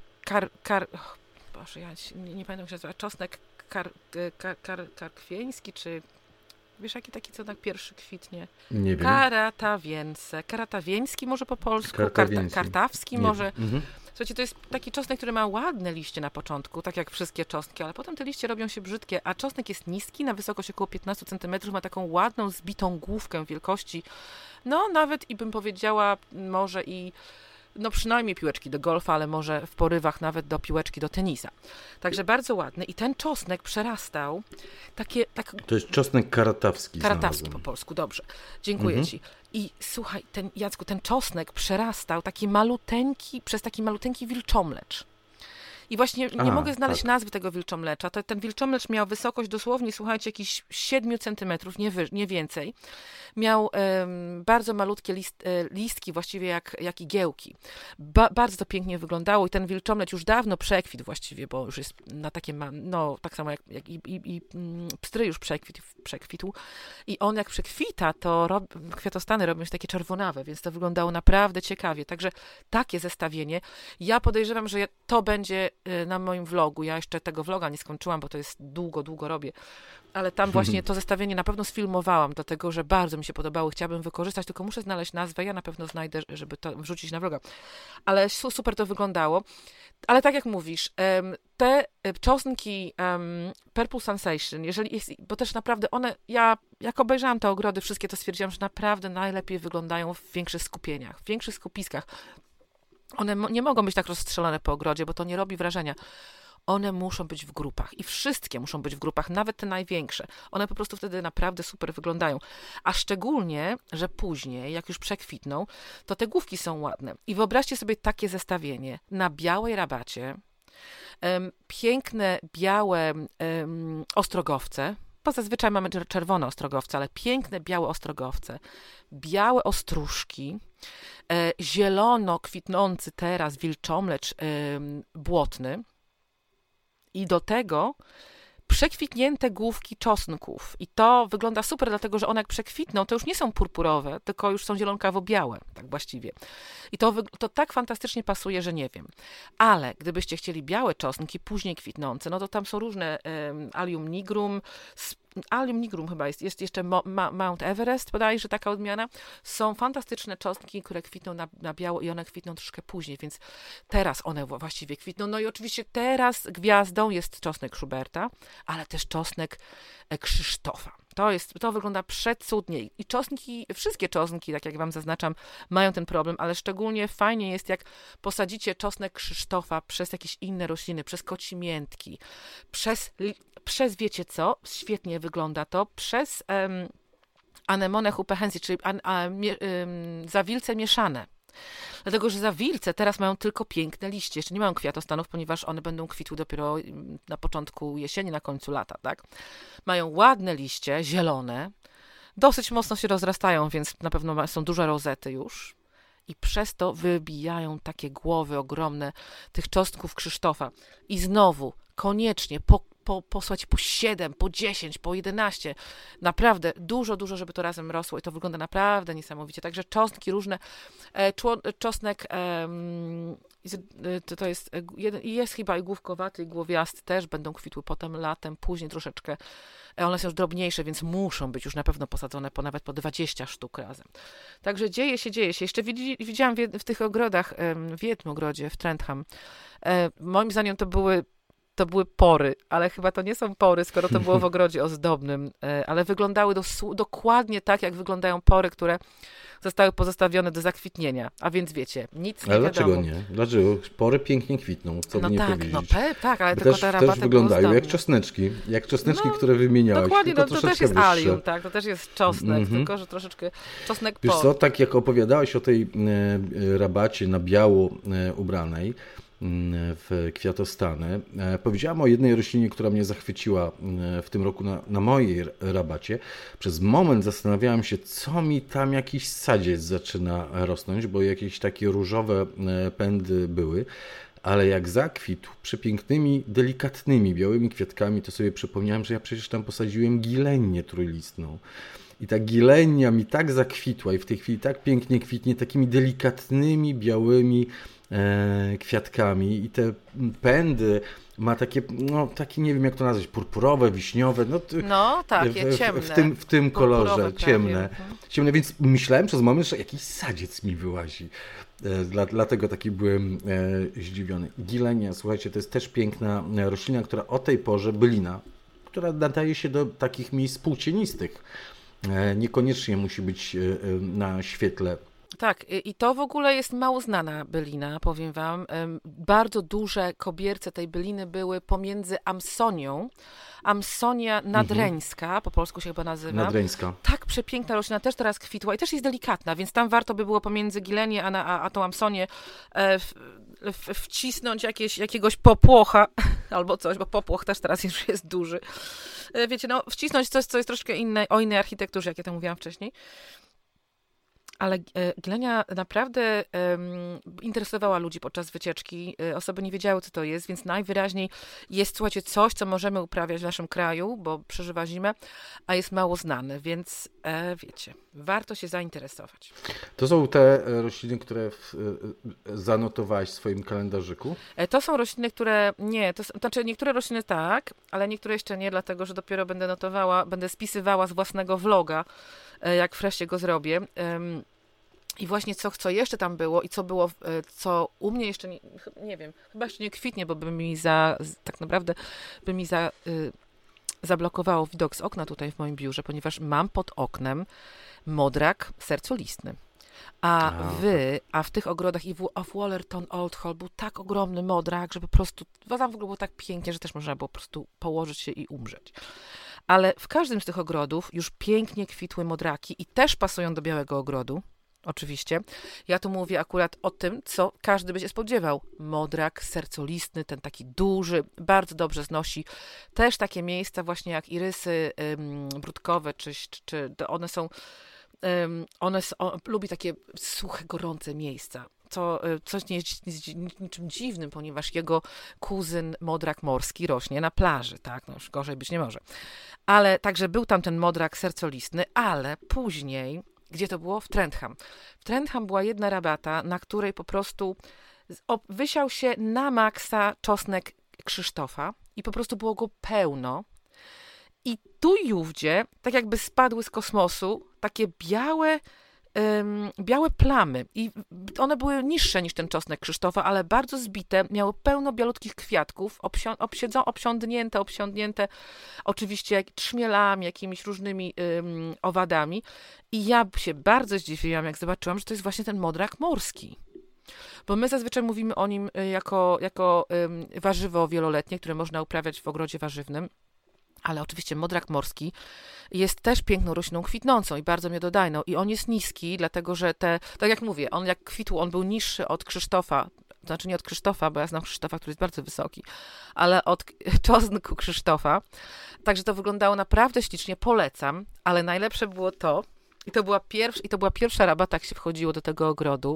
Boże, ja nie pamiętam, jak się nazywa, czosnek karkwieński, czy Wiesz, jaki taki co tak pierwszy kwitnie? Nie wiem. Karatawieński może po polsku, kartawski Nie może. wiem. Słuchajcie, to jest taki czosnek, który ma ładne liście na początku, tak jak wszystkie czosnki, ale potem te liście robią się brzydkie, a czosnek jest niski, na wysokość około 15 cm, ma taką ładną, zbitą główkę wielkości, no nawet i bym powiedziała może i no przynajmniej piłeczki do golfa, ale może w porywach nawet do piłeczki do tenisa. Także bardzo ładny i ten czosnek przerastał To jest czosnek karatawski. Karatawski po polsku, dobrze. Dziękuję Ci. I słuchaj, Jacku, ten czosnek przerastał przez taki maluteńki wilczomlecz. I właśnie nie mogę znaleźć nazwy tego wilczomlecza. Ten wilczomlecz miał wysokość dosłownie, słuchajcie, jakichś 7 centymetrów, nie więcej. Miał bardzo malutkie listki, właściwie jak igiełki. Bardzo to pięknie wyglądało i ten wilczomlecz już dawno przekwitł właściwie, bo już jest na takie, no tak samo jak i pstry już przekwitł. I on jak przekwita, to kwiatostany robią się takie czerwonawe, więc to wyglądało naprawdę ciekawie. Także takie zestawienie. Ja podejrzewam, że to będzie na moim vlogu. Ja jeszcze tego vloga nie skończyłam, bo to jest długo robię. Ale tam właśnie to zestawienie na pewno sfilmowałam, dlatego że bardzo mi się podobało. Chciałabym wykorzystać, tylko muszę znaleźć nazwę. Ja na pewno znajdę, żeby to wrzucić na vloga. Ale super to wyglądało. Ale tak jak mówisz, te czosnki Purple Sensation, jeżeli jest, bo też naprawdę one, ja jak obejrzałam te ogrody wszystkie, to stwierdziłam, że naprawdę najlepiej wyglądają w większych skupieniach, w większych skupiskach. One nie mogą być tak rozstrzelone po ogrodzie, bo to nie robi wrażenia. One muszą być w grupach i wszystkie muszą być w grupach, nawet te największe. One po prostu wtedy naprawdę super wyglądają. A szczególnie, że później, jak już przekwitną, to te główki są ładne. I wyobraźcie sobie takie zestawienie na białej rabacie, piękne białe ostrogowce, bo zazwyczaj mamy czerwone ostrogowce, ale piękne białe ostrogowce, białe ostróżki, zielono kwitnący teraz wilczomlecz błotny i do tego przekwitnięte główki czosnków. I to wygląda super, dlatego że one jak przekwitną, to już nie są purpurowe, tylko już są zielonkawo-białe, tak właściwie. I to tak fantastycznie pasuje, że nie wiem. Ale gdybyście chcieli białe czosnki, później kwitnące, no to tam są różne Allium nigrum chyba jest jeszcze Mount Everest, bodajże taka odmiana. Są fantastyczne czosnki, które kwitną na biało i one kwitną troszkę później, więc teraz one właściwie kwitną. No i oczywiście teraz gwiazdą jest czosnek Schuberta, ale też czosnek Krzysztofa. To wygląda przecudnie. I wszystkie czosnki, tak jak wam zaznaczam, mają ten problem, ale szczególnie fajnie jest, jak posadzicie czosnek Krzysztofa przez jakieś inne rośliny, przez kocimiętki, przez wiecie co, świetnie wygląda to, przez anemonę hupehensi, czyli zawilce mieszane. Dlatego, że zawilce teraz mają tylko piękne liście, jeszcze nie mają kwiatostanów, ponieważ one będą kwitły dopiero na początku jesieni, na końcu lata, tak? Mają ładne liście, zielone, dosyć mocno się rozrastają, więc na pewno są duże rozety już i przez to wybijają takie głowy ogromne tych czosnków Krzysztofa. I znowu, koniecznie, posłać po 7, po 10, po 11. Naprawdę dużo, żeby to razem rosło i to wygląda naprawdę niesamowicie. Także czosnki różne. Czosnek to jest chyba i główkowaty, i głowiasty też będą kwitły potem latem, później troszeczkę. One są już drobniejsze, więc muszą być już na pewno posadzone nawet po 20 sztuk razem. Także dzieje się. Jeszcze widziałam w tych ogrodach, w jednym ogrodzie w Trentham. Moim zdaniem to były pory, ale chyba to nie są pory, skoro to było w ogrodzie ozdobnym, ale wyglądały dokładnie tak, jak wyglądają pory, które zostały pozostawione do zakwitnienia. A więc wiecie, nic nie ale wiadomo. Dlaczego nie? Dlaczego? Pory pięknie kwitną, co by nie powiedzieć. Tak, ale tylko te rabaty też wyglądają były jak czosneczki, które wymieniałaś. Dokładnie, tylko to też jest wyższe. alium, tak, to też jest czosnek, tylko że troszeczkę czosnek Wiesz co, tak jak opowiadałaś o tej rabacie na biało ubranej, w kwiatostany. Powiedziałam o jednej roślinie, która mnie zachwyciła w tym roku na mojej rabacie. Przez moment zastanawiałem się, co mi tam jakiś sadziec zaczyna rosnąć, bo jakieś takie różowe pędy były. Ale jak zakwitł przepięknymi, delikatnymi, białymi kwiatkami, to sobie przypomniałem, że ja przecież tam posadziłem gilenię trójlistną. I ta gilenia mi tak zakwitła i w tej chwili tak pięknie kwitnie takimi delikatnymi, białymi kwiatkami i te pędy ma takie, nie wiem jak to nazwać, purpurowe, wiśniowe, takie ciemne. W tym kolorze, ciemne. Prawie. Ciemne, więc myślałem przez moment, że jakiś sadziec mi wyłazi. Dlatego taki byłem zdziwiony. Gilenia, słuchajcie, to jest też piękna roślina, która o tej porze, bylina, która nadaje się do takich miejsc płócienistych. Niekoniecznie musi być na świetle. Tak, i to w ogóle jest mało znana bylina, powiem wam. Bardzo duże kobierce tej byliny były pomiędzy Amsonią. Amsonia nadreńska, po polsku się chyba nazywa. Nadreńska. Tak przepiękna roślina, też teraz kwitła i też jest delikatna, więc tam warto by było pomiędzy gilenię a tą Amsonię wcisnąć jakiegoś popłocha albo coś, bo popłoch też teraz już jest duży. Wiecie, wcisnąć coś, co jest troszkę o innej architekturze, jak ja to mówiłam wcześniej. Ale gilenia naprawdę interesowała ludzi podczas wycieczki. Osoby nie wiedziały, co to jest, więc najwyraźniej jest, słuchajcie, coś, co możemy uprawiać w naszym kraju, bo przeżywa zimę, a jest mało znane, więc wiecie, warto się zainteresować. To są te rośliny, które zanotowałaś w swoim kalendarzyku? To są rośliny, które nie, to znaczy niektóre rośliny tak, ale niektóre jeszcze nie, dlatego że dopiero będę spisywała z własnego vloga, jak wreszcie go zrobię. I właśnie co jeszcze tam było i co było, co u mnie jeszcze nie wiem, chyba jeszcze nie kwitnie, bo tak naprawdę by mi zablokowało widok z okna tutaj w moim biurze, ponieważ mam pod oknem modrak sercolistny. A w tych ogrodach i w Wollerton Old Hall był tak ogromny modrak, że po prostu, tam w ogóle było tak pięknie, że też można było po prostu położyć się i umrzeć. Ale w każdym z tych ogrodów już pięknie kwitły modraki i też pasują do białego ogrodu. Oczywiście. Ja tu mówię akurat o tym, co każdy by się spodziewał. Modrak sercolistny, ten taki duży, bardzo dobrze znosi. Też takie miejsca właśnie jak irysy brudkowe, czy lubi takie suche, gorące miejsca. Coś nie jest niczym dziwnym, ponieważ jego kuzyn modrak morski rośnie na plaży, tak? Już gorzej być nie może. Ale także był tam ten modrak sercolistny, ale później, gdzie to było? W Trentham. W Trentham była jedna rabata, na której po prostu wysiał się na maksa czosnek Krzysztofa i po prostu było go pełno. I tu i ówdzie, tak jakby spadły z kosmosu, takie białe plamy. I one były niższe niż ten czosnek Krzysztofa, ale bardzo zbite, miały pełno bialutkich kwiatków, obsiądnięte oczywiście trzmielami, jakimiś różnymi owadami. I ja się bardzo zdziwiłam, jak zobaczyłam, że to jest właśnie ten modrak morski. Bo my zazwyczaj mówimy o nim jako warzywo wieloletnie, które można uprawiać w ogrodzie warzywnym. Ale oczywiście modrak morski jest też piękną rośliną kwitnącą i bardzo miododajną. I on jest niski, dlatego że tak jak mówię, on jak kwitł, on był niższy od Krzysztofa. Znaczy nie od Krzysztofa, bo ja znam Krzysztofa, który jest bardzo wysoki, ale od czosnku Krzysztofa. Także to wyglądało naprawdę ślicznie, polecam. Ale najlepsze było to, i to była pierwsza rabata, jak się wchodziło do tego ogrodu.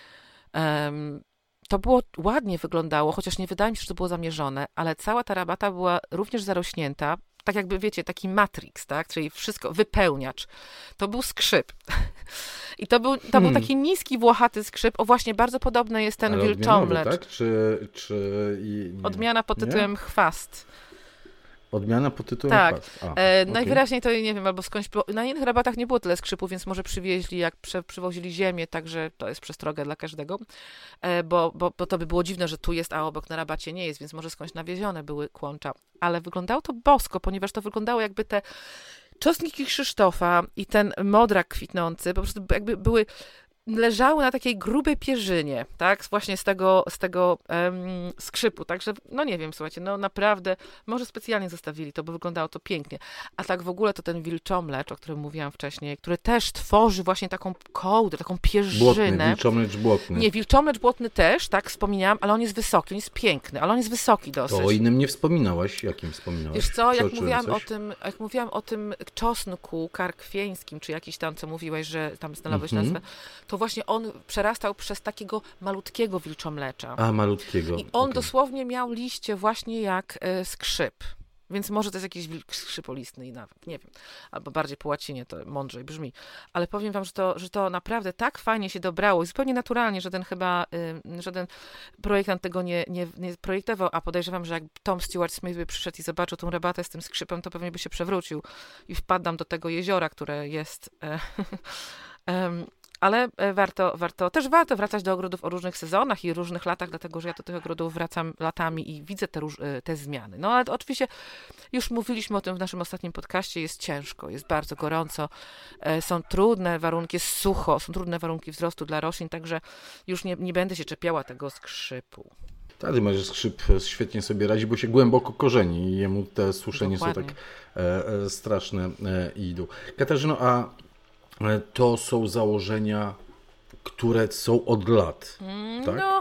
To było ładnie wyglądało, chociaż nie wydaje mi się, że to było zamierzone, ale cała ta rabata była również zarośnięta, tak jakby, wiecie, taki matrix, tak? Czyli wszystko, wypełniacz. To był skrzyp. I to był taki niski, włochaty skrzyp. O, właśnie, bardzo podobny jest ten wilczomlecz. Tak? Odmiana pod tytułem chwast. Odmiana pod tytułem chwast. Najwyraźniej to nie wiem, albo skądś, na innych rabatach nie było tyle skrzypów, więc może przywieźli, jak przywozili ziemię, także to jest przestrogę dla każdego, bo to by było dziwne, że tu jest, a obok na rabacie nie jest, więc może skądś nawiezione były kłącza. Ale wyglądało to bosko, ponieważ to wyglądało jakby te czosnki Krzysztofa i ten modrak kwitnący po prostu jakby leżały na takiej grubej pierzynie, tak, właśnie z tego skrzypu, także, no nie wiem, słuchajcie, no naprawdę, może specjalnie zostawili to, bo wyglądało to pięknie, a tak w ogóle to ten wilczomlecz, o którym mówiłam wcześniej, który też tworzy właśnie taką kołdrę, taką pierzynę. Wilczomlecz błotny. Nie, wilczomlecz błotny też, tak, wspominałam, ale on jest wysoki, on jest piękny, ale on jest wysoki dosyć. To o innym nie wspominałaś, jakim wspominałaś? Wiesz co, jak mówiłam o tym czosnku karkwieńskim, czy jakiś tam, co mówiłeś, że tam znalazłeś nazwę, to właśnie on przerastał przez takiego malutkiego wilczomlecza. A, malutkiego. I on dosłownie miał liście właśnie jak skrzyp. więc może to jest jakiś wilk skrzypolistny i nawet, nie wiem, albo bardziej po łacinie to mądrzej brzmi, ale powiem wam, że to naprawdę tak fajnie się dobrało i zupełnie naturalnie, żaden projektant tego nie projektował, a podejrzewam, że jak Tom Stewart Smith by przyszedł i zobaczył tą rabatę z tym skrzypem, to pewnie by się przewrócił i wpadł do tego jeziora, które jest... Ale warto wracać do ogrodów o różnych sezonach i różnych latach, dlatego że ja do tych ogrodów wracam latami i widzę te zmiany. No ale oczywiście już mówiliśmy o tym w naszym ostatnim podcaście, jest ciężko, jest bardzo gorąco, są trudne warunki, jest sucho, są trudne warunki wzrostu dla roślin, także już nie będę się czepiała tego skrzypu. Tak, chyba, że skrzyp świetnie sobie radzi, bo się głęboko korzeni i jemu te susze nie są tak straszne i idą. Katarzyno, a to są założenia, które są od lat, tak? No.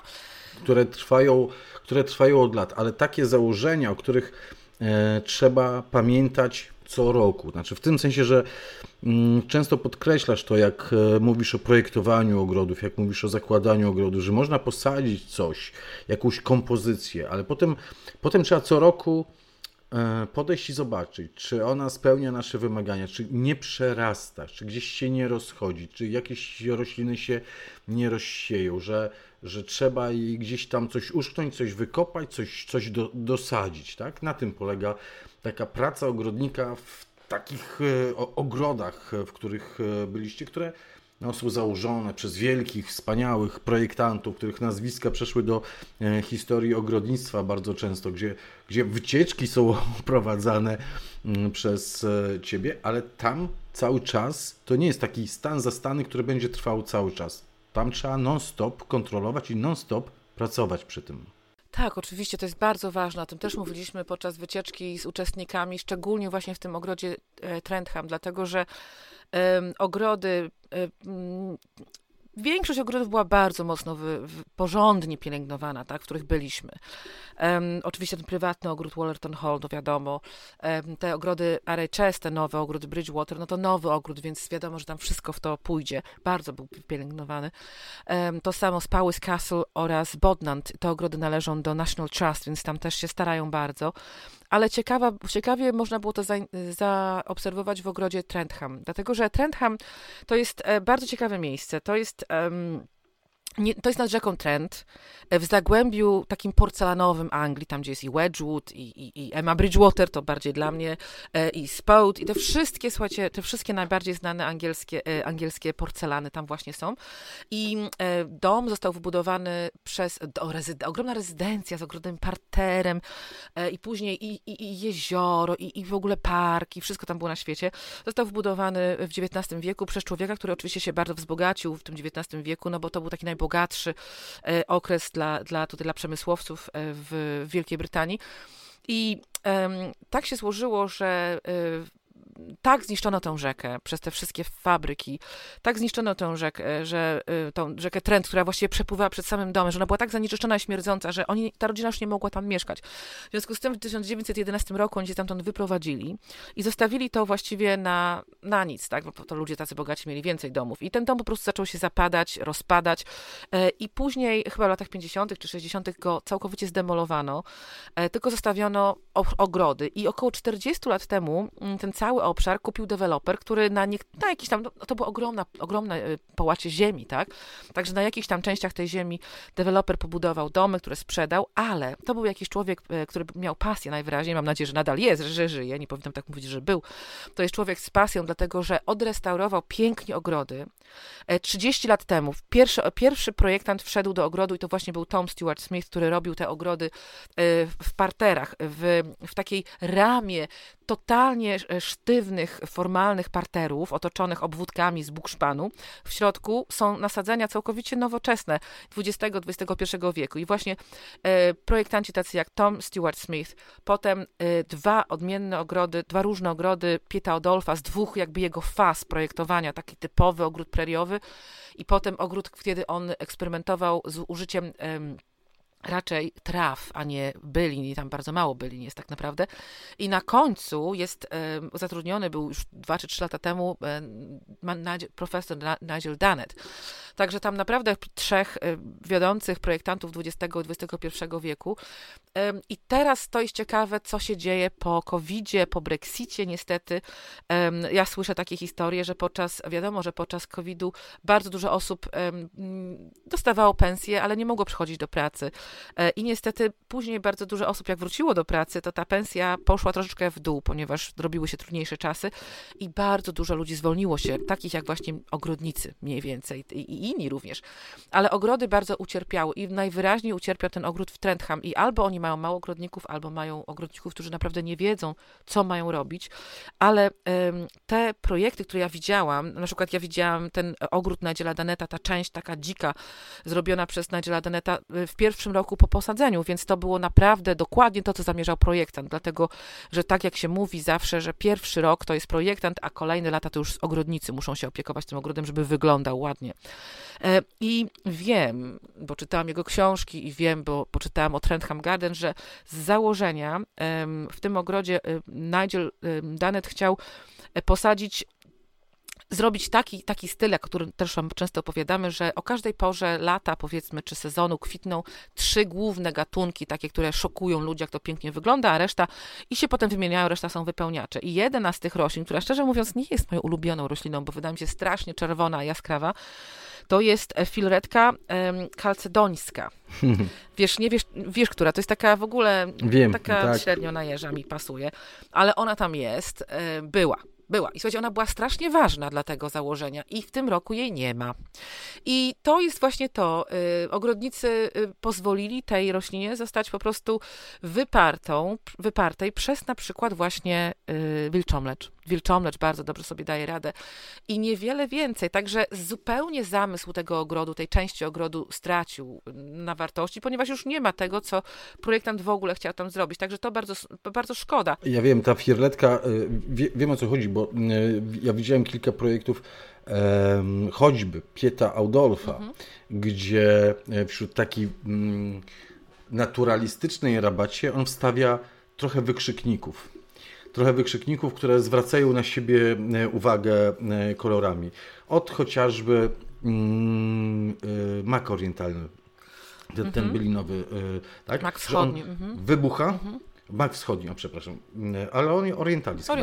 Które trwają od lat, ale takie założenia, o których trzeba pamiętać co roku. Znaczy w tym sensie, że często podkreślasz to, jak mówisz o projektowaniu ogrodów, jak mówisz o zakładaniu ogrodu, że można posadzić coś, jakąś kompozycję, ale potem trzeba co roku podejść i zobaczyć, czy ona spełnia nasze wymagania, czy nie przerasta, czy gdzieś się nie rozchodzi, czy jakieś rośliny się nie rozsieją, że trzeba jej gdzieś tam coś uszknąć, coś wykopać, coś dosadzić. Tak? Na tym polega taka praca ogrodnika w takich ogrodach, w których byliście, które są założone przez wielkich, wspaniałych projektantów, których nazwiska przeszły do historii ogrodnictwa bardzo często, gdzie wycieczki są prowadzane przez ciebie, ale tam cały czas to nie jest taki stan zastany, który będzie trwał cały czas. Tam trzeba non-stop kontrolować i non-stop pracować przy tym. Tak, oczywiście, to jest bardzo ważne. O tym też mówiliśmy podczas wycieczki z uczestnikami, szczególnie właśnie w tym ogrodzie Trentham, dlatego że ogrody... Większość ogrodów była bardzo mocno porządnie pielęgnowana, tak, w których byliśmy. Oczywiście ten prywatny ogród Wallerton Hall, to wiadomo. Te ogrody RHS, te nowe ogród Bridgewater, no to nowy ogród, więc wiadomo, że tam wszystko w to pójdzie. Bardzo był pielęgnowany. To samo z Powys Castle oraz Bodnant. Te ogrody należą do National Trust, więc tam też się starają bardzo. Ale ciekawie można było to zaobserwować w ogrodzie Trentham, dlatego że Trentham to jest bardzo ciekawe miejsce. To jest nad rzeką Trent, w zagłębiu takim porcelanowym Anglii, tam gdzie jest i Wedgwood, i Emma Bridgewater, to bardziej dla mnie, i Spode, i te wszystkie najbardziej znane angielskie porcelany tam właśnie są. I dom został wybudowany ogromna rezydencja z ogromnym parterem, i później i jezioro, i w ogóle park, i wszystko tam było na świecie. Został wybudowany w XIX wieku przez człowieka, który oczywiście się bardzo wzbogacił w tym XIX wieku, no bo to był taki najbogatszy okres dla przemysłowców w Wielkiej Brytanii. I tak się złożyło, że tak zniszczono tę rzekę przez te wszystkie fabryki, tak zniszczono tę rzekę, tą rzekę Trent, która właściwie przepływała przed samym domem, że ona była tak zanieczyszczona i śmierdząca, że ta rodzina już nie mogła tam mieszkać. W związku z tym w 1911 roku oni się stamtąd wyprowadzili i zostawili to właściwie na nic, tak? Bo to ludzie tacy bogaci mieli więcej domów. I ten dom po prostu zaczął się zapadać, rozpadać i później, chyba w latach 50. czy 60. go całkowicie zdemolowano, tylko zostawiono ogrody. I około 40 lat temu ten cały obszar kupił deweloper, który na jakiś tam, to była ogromna połacie ziemi, tak? Także na jakichś tam częściach tej ziemi deweloper pobudował domy, które sprzedał, ale to był jakiś człowiek, który miał pasję najwyraźniej, mam nadzieję, że nadal jest, że żyje, nie powinnam tak mówić, że był. To jest człowiek z pasją, dlatego że odrestaurował pięknie ogrody. 30 lat temu pierwszy projektant wszedł do ogrodu i to właśnie był Tom Stewart Smith, który robił te ogrody w parterach, w takiej ramie totalnie sztywnych, formalnych parterów, otoczonych obwódkami z bukszpanu. W środku są nasadzenia całkowicie nowoczesne XX-XXI wieku. I właśnie projektanci tacy jak Tom Stewart Smith, potem dwa różne ogrody Pieta Odolfa z dwóch jakby jego faz projektowania, taki typowy ogród preriowy i potem ogród, kiedy on eksperymentował z użyciem raczej traw, a nie bylin, i tam bardzo mało bylin jest tak naprawdę. I na końcu jest, zatrudniony był już 2 czy 3 lata temu profesor Nigel Dunnett. Także tam naprawdę 3 wiodących projektantów XX i XXI wieku. I teraz to jest ciekawe, co się dzieje po COVID-zie, po Brexicie niestety. Ja słyszę takie historie, że wiadomo, że podczas COVID-u bardzo dużo osób dostawało pensję, ale nie mogło przychodzić do pracy. I niestety później bardzo dużo osób, jak wróciło do pracy, to ta pensja poszła troszeczkę w dół, ponieważ robiły się trudniejsze czasy i bardzo dużo ludzi zwolniło się, takich jak właśnie ogrodnicy mniej więcej i inni również. Ale ogrody bardzo ucierpiały i najwyraźniej ucierpiał ten ogród w Trentham i albo oni mają mało ogrodników, albo mają ogrodników, którzy naprawdę nie wiedzą, co mają robić, ale te projekty, które ja widziałam, na przykład ja widziałam ten ogród Nigela Dunnetta, ta część taka dzika, zrobiona przez Nigela Dunnetta w pierwszym roku po posadzeniu, więc to było naprawdę dokładnie to, co zamierzał projektant, dlatego, że tak jak się mówi zawsze, że pierwszy rok to jest projektant, a kolejne lata to już ogrodnicy muszą się opiekować tym ogrodem, żeby wyglądał ładnie. I wiem, bo czytałam jego książki i wiem, bo czytałam o Trentham Garden, że z założenia w tym ogrodzie Nigel Dunnett chciał zrobić taki styl, o którym też wam często opowiadamy, że o każdej porze lata, powiedzmy, czy sezonu kwitną 3 główne gatunki, takie, które szokują ludzi, jak to pięknie wygląda, a reszta i się potem wymieniają, reszta są wypełniacze. I jedna z tych roślin, która szczerze mówiąc nie jest moją ulubioną rośliną, bo wydaje mi się strasznie czerwona, jaskrawa, to jest filoretka kalcedońska. Wiesz, która? To jest taka w ogóle, taka średnio na jeża mi pasuje, ale ona tam jest, była. I słuchajcie, ona była strasznie ważna dla tego założenia i w tym roku jej nie ma. I to jest właśnie to. Ogrodnicy pozwolili tej roślinie zostać po prostu wypartej przez na przykład właśnie wilczomlecz. Wilczomlecz bardzo dobrze sobie daje radę i niewiele więcej. Także zupełnie zamysł tego ogrodu, tej części ogrodu stracił na wartości, ponieważ już nie ma tego, co projektant w ogóle chciał tam zrobić. Także to bardzo, bardzo szkoda. Ja wiem, ta firletka, wiem o co chodzi, bo ja widziałem kilka projektów, choćby Pieta Adolfa, gdzie wśród takiej naturalistycznej rabacie on wstawia trochę wykrzykników, które zwracają na siebie uwagę kolorami. Od chociażby mak orientalny, ten bylinowy, tak? Mak wschodni. Wybucha. Mak wschodni, przepraszam, ale on orientalista.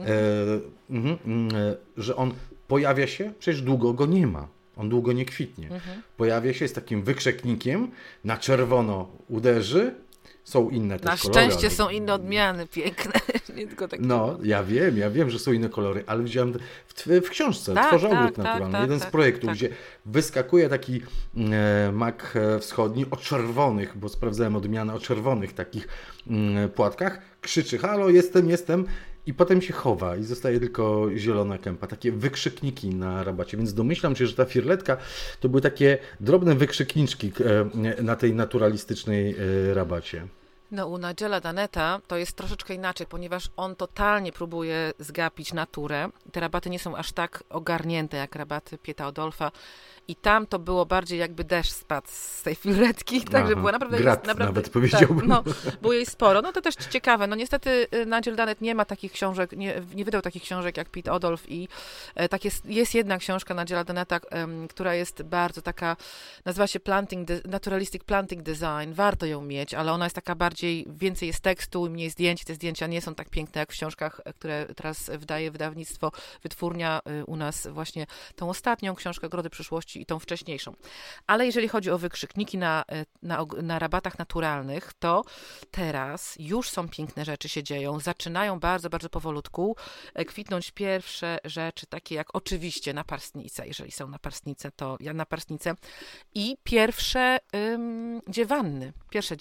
Że on pojawia się, przecież długo go nie ma. On długo nie kwitnie. Pojawia się z takim wykrzyknikiem, na czerwono uderzy. Są inne też kolory. Na szczęście są inne odmiany piękne. Nie tylko takie. No, ja wiem, że są inne kolory, ale widziałem w książce, Tworzę ogród naturalny, jeden z projektów, gdzie wyskakuje taki mak wschodni o czerwonych, bo sprawdzałem odmianę o czerwonych takich płatkach, krzyczy: halo, jestem, i potem się chowa i zostaje tylko zielona kępa. Takie wykrzykniki na rabacie, więc domyślam się, że ta firletka to były takie drobne wykrzykniczki na tej naturalistycznej rabacie. No, u Nigela Dunnetta to jest troszeczkę inaczej, ponieważ on totalnie próbuje zgapić naturę. Te rabaty nie są aż tak ogarnięte jak rabaty Pieta Adolfa. I tam to było bardziej jakby deszcz spadł z tej filetki, także była naprawdę... nawet powiedziałbym. Tak, było jej sporo. No to też ciekawe. No niestety Nigel Dunnett nie ma takich książek, nie wydał takich książek jak Piet Adolf i jest jedna książka Nigela Dunnetta, która jest bardzo taka, nazywa się Naturalistic Planting Design. Warto ją mieć, ale ona jest taka więcej jest tekstu i mniej zdjęć. Te zdjęcia nie są tak piękne jak w książkach, które teraz wydaje wydawnictwo Wytwórnia u nas, właśnie tą ostatnią książkę Ogrody przyszłości i tą wcześniejszą. Ale jeżeli chodzi o wykrzykniki na rabatach naturalnych, to teraz już są piękne rzeczy się dzieją. Zaczynają bardzo, bardzo powolutku kwitnąć pierwsze rzeczy, takie jak oczywiście naparstnice. Jeżeli są naparstnice, to ja naparstnice. I pierwsze dziewanny.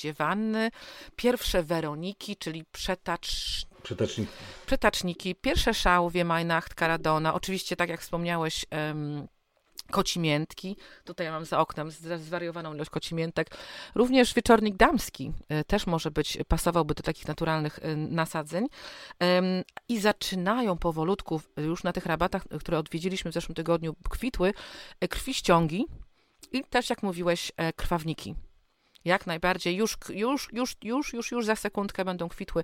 Pierwsze weroniki, czyli przetaczniki. Pierwsze szałwie, Majnacht, Caradona. Oczywiście, tak jak wspomniałeś, kocimiętki. Tutaj ja mam za oknem zwariowaną ilość kocimiętek. Również wieczornik damski też pasowałby do takich naturalnych nasadzeń. I zaczynają powolutku już na tych rabatach, które odwiedziliśmy w zeszłym tygodniu, kwitły krwiściągi i też, jak mówiłeś, krwawniki. Jak najbardziej. Już za sekundkę będą kwitły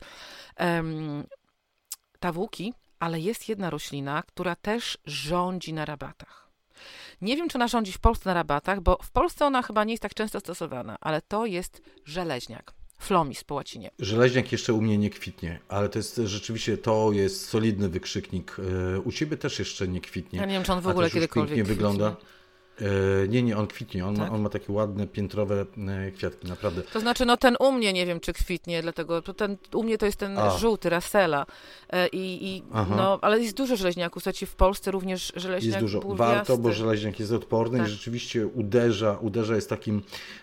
tawuki, ale jest jedna roślina, która też rządzi na rabatach. Nie wiem, czy ona rządzi w Polsce na rabatach, bo w Polsce ona chyba nie jest tak często stosowana, ale to jest żeleźniak. Flomis po łacinie. Żeleźniak jeszcze u mnie nie kwitnie, ale to jest rzeczywiście, to jest solidny wykrzyknik. U ciebie też jeszcze nie kwitnie. Ja nie wiem, czy on w ogóle kiedykolwiek pięknie kwitnie. wygląda. Nie, on kwitnie. On ma takie ładne, piętrowe kwiatki, naprawdę. To znaczy, no ten u mnie nie wiem, czy kwitnie, dlatego u mnie to jest ten żółty, Rassela. No, ale jest dużo żeleźniaków. Słuchajcie, w Polsce również żeleźniak jest dużo. burwiasty. Warto, bo żeleźniak jest odporny i rzeczywiście uderza, jest takim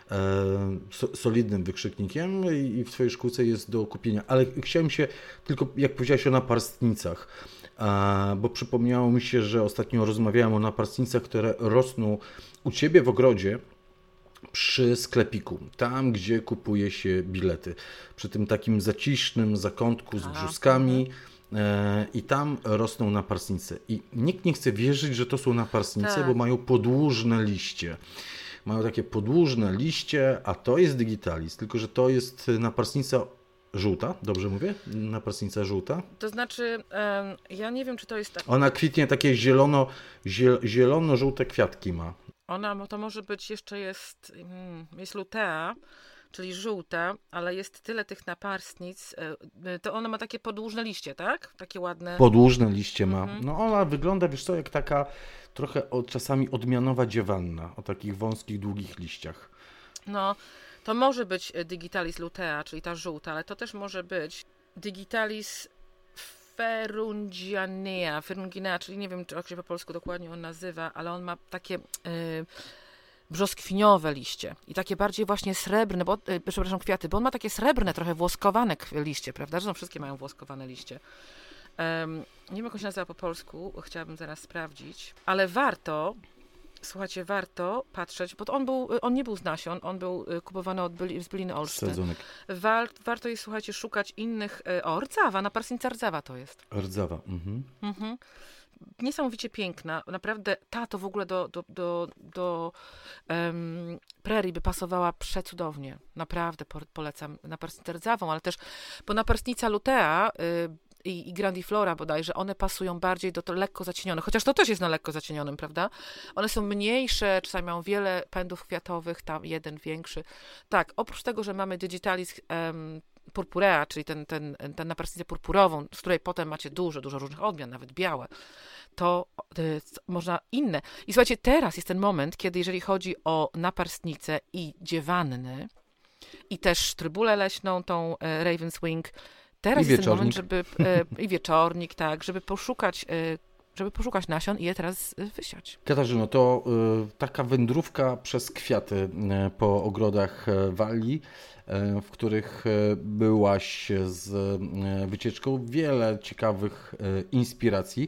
solidnym wykrzyknikiem i w twojej szkółce jest do kupienia. Ale chciałem się tylko, jak powiedziałeś o naparstnicach, bo przypomniało mi się, że ostatnio rozmawiałem o naparstnicach, które rosną u ciebie w ogrodzie przy sklepiku, tam gdzie kupuje się bilety, przy tym takim zacisznym zakątku z brzuskami i tam rosną naparstnice. I nikt nie chce wierzyć, że to są naparstnice, bo mają podłużne liście. Mają takie podłużne liście, a to jest digitalis, tylko że to jest naparstnica żółta, dobrze mówię? Naparstnica żółta? To znaczy, ja nie wiem, czy to jest tak. Ona kwitnie, takie zielono-żółte kwiatki ma. Ona to może być jeszcze jest lutea, czyli żółta, ale jest tyle tych naparstnic, to ona ma takie podłużne liście, tak? Takie ładne. Podłużne liście ma. No ona wygląda, wiesz co, jak taka trochę czasami odmianowa dziewanna, o takich wąskich, długich liściach. No, to może być digitalis lutea, czyli ta żółta, ale to też może być digitalis ferunginea, czyli nie wiem, jak się po polsku dokładnie on nazywa, ale on ma takie brzoskwiniowe liście i takie bardziej właśnie srebrne, kwiaty, bo on ma takie srebrne, trochę włoskowane liście, prawda? Zresztą wszystkie mają włoskowane liście. Nie wiem, jak on się nazywa po polsku, chciałabym zaraz sprawdzić, ale warto patrzeć, bo on nie był z nasion, on był kupowany z byliny Olsztyn. Warto jest, słuchajcie, szukać innych, rdzawa, naparstnica rdzawa to jest. Rdzawa, Niesamowicie piękna, naprawdę ta to w ogóle do prerii by pasowała przecudownie, naprawdę polecam naparstnicę rdzawą, ale też, bo naparstnica lutea i grandiflora bodajże, one pasują bardziej do lekko zacienionych, chociaż to też jest na lekko zacienionym, prawda? One są mniejsze, czasami mają wiele pędów kwiatowych, tam jeden większy. Tak, oprócz tego, że mamy digitalis purpurea, czyli tę naparstnicę purpurową, z której potem macie dużo różnych odmian, nawet białe, to można inne. I słuchajcie, teraz jest ten moment, kiedy jeżeli chodzi o naparstnicę i dziewanny i też trybulę leśną, tą Raven's Wing, teraz jest ten moment, żeby i wieczornik, tak, żeby poszukać nasion i je teraz wysiać. Katarzyno, to taka wędrówka przez kwiaty po ogrodach Walii, w których byłaś z wycieczką, wiele ciekawych inspiracji.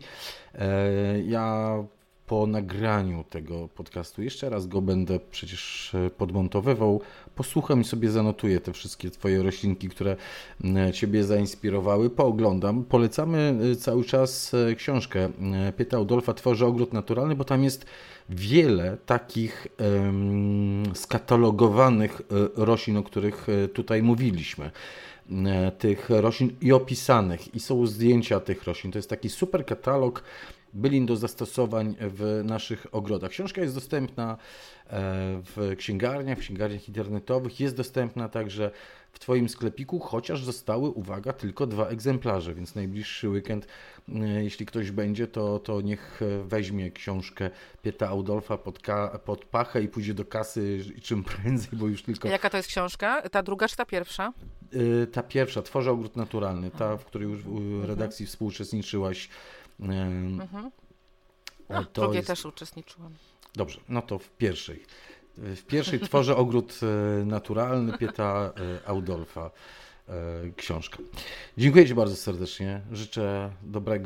Ja po nagraniu tego podcastu jeszcze raz go będę przecież podmontowywał, posłucham i sobie zanotuję te wszystkie twoje roślinki, które ciebie zainspirowały, pooglądam. Polecamy cały czas książkę Pieta Audolfa Tworzę ogród naturalny, bo tam jest wiele takich skatalogowanych roślin, o których tutaj mówiliśmy. Tych roślin i opisanych, i są zdjęcia tych roślin. To jest taki super katalog bylin do zastosowań w naszych ogrodach. Książka jest dostępna w księgarniach internetowych, jest dostępna także w twoim sklepiku, chociaż zostały, uwaga, tylko 2 egzemplarze, więc najbliższy weekend, jeśli ktoś będzie, to niech weźmie książkę Pieta Audolfa pod pachę i pójdzie do kasy czym prędzej, bo już tylko... Jaka to jest książka? Ta druga czy ta pierwsza? Ta pierwsza, Tworzę ogród naturalny, ta, w której już w redakcji współuczestniczyłaś. Drugie jest... też uczestniczyłam. Dobrze, no to w pierwszej. Tworzę ogród naturalny Pieta Audolfa książka. Dziękuję ci bardzo serdecznie. Życzę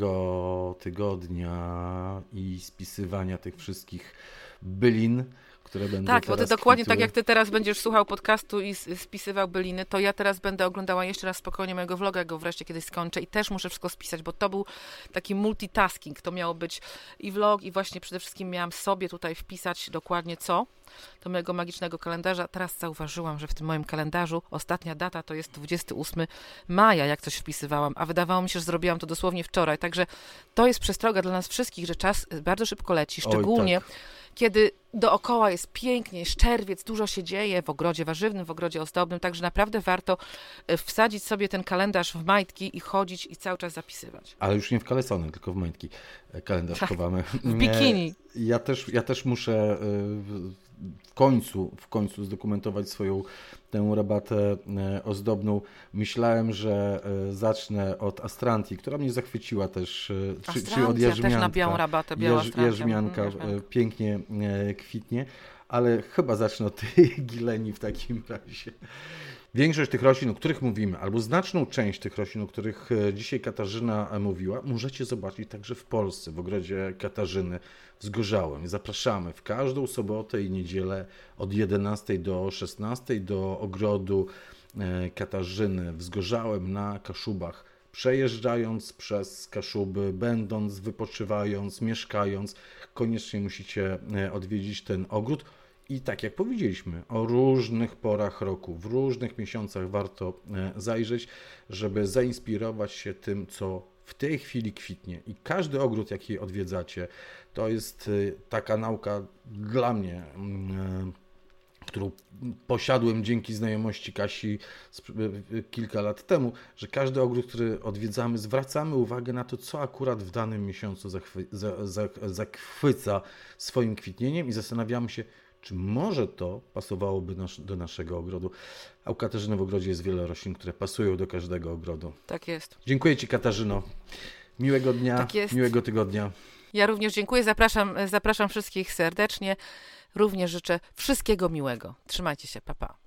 dobrego tygodnia i spisywania tych wszystkich bylin, które będę Tak, bo ty teraz dokładnie kwitły. tak jak ty teraz będziesz słuchał podcastu i spisywał byliny, to ja teraz będę oglądała jeszcze raz spokojnie mojego vloga, jak go wreszcie kiedyś skończę i też muszę wszystko spisać, bo to był taki multitasking. To miało być i vlog, i właśnie przede wszystkim miałam sobie tutaj wpisać dokładnie co do mojego magicznego kalendarza. Teraz zauważyłam, że w tym moim kalendarzu ostatnia data to jest 28 maja, jak coś wpisywałam, a wydawało mi się, że zrobiłam to dosłownie wczoraj. Także to jest przestroga dla nas wszystkich, że czas bardzo szybko leci, szczególnie kiedy dookoła jest pięknie, jest czerwiec, dużo się dzieje w ogrodzie warzywnym, w ogrodzie ozdobnym, także naprawdę warto wsadzić sobie ten kalendarz w majtki i chodzić i cały czas zapisywać. Ale już nie w kalesony, tylko w majtki kalendarz chowamy. W bikini. Ja też muszę w końcu zdokumentować swoją tę rabatę ozdobną. Myślałem, że zacznę od Astranti, która mnie zachwyciła też, czy od Jarzmianka. Też na białą rabatę, biała Jarzmianka pięknie kwitnie, ale chyba zacznę od tej gileni w takim razie. Większość tych roślin, o których mówimy, albo znaczną część tych roślin, o których dzisiaj Katarzyna mówiła, możecie zobaczyć także w Polsce, w ogrodzie Katarzyny w Zgorzałem. Zapraszamy w każdą sobotę i niedzielę od 11 do 16 do ogrodu Katarzyny w Zgorzałem na Kaszubach. Przejeżdżając przez Kaszuby, będąc, wypoczywając, mieszkając, koniecznie musicie odwiedzić ten ogród. I tak jak powiedzieliśmy, o różnych porach roku, w różnych miesiącach warto zajrzeć, żeby zainspirować się tym, co w tej chwili kwitnie. I każdy ogród, jaki odwiedzacie, to jest taka nauka dla mnie, którą posiadłem dzięki znajomości Kasi kilka lat temu, że każdy ogród, który odwiedzamy, zwracamy uwagę na to, co akurat w danym miesiącu zachwyca swoim kwitnieniem i zastanawiamy się, czy może to pasowałoby do naszego ogrodu. A u Katarzyny w ogrodzie jest wiele roślin, które pasują do każdego ogrodu. Tak jest. Dziękuję Ci, Katarzyno. Miłego dnia, Tak jest. miłego tygodnia. Ja również dziękuję, zapraszam wszystkich serdecznie. Również życzę wszystkiego miłego. Trzymajcie się, pa pa.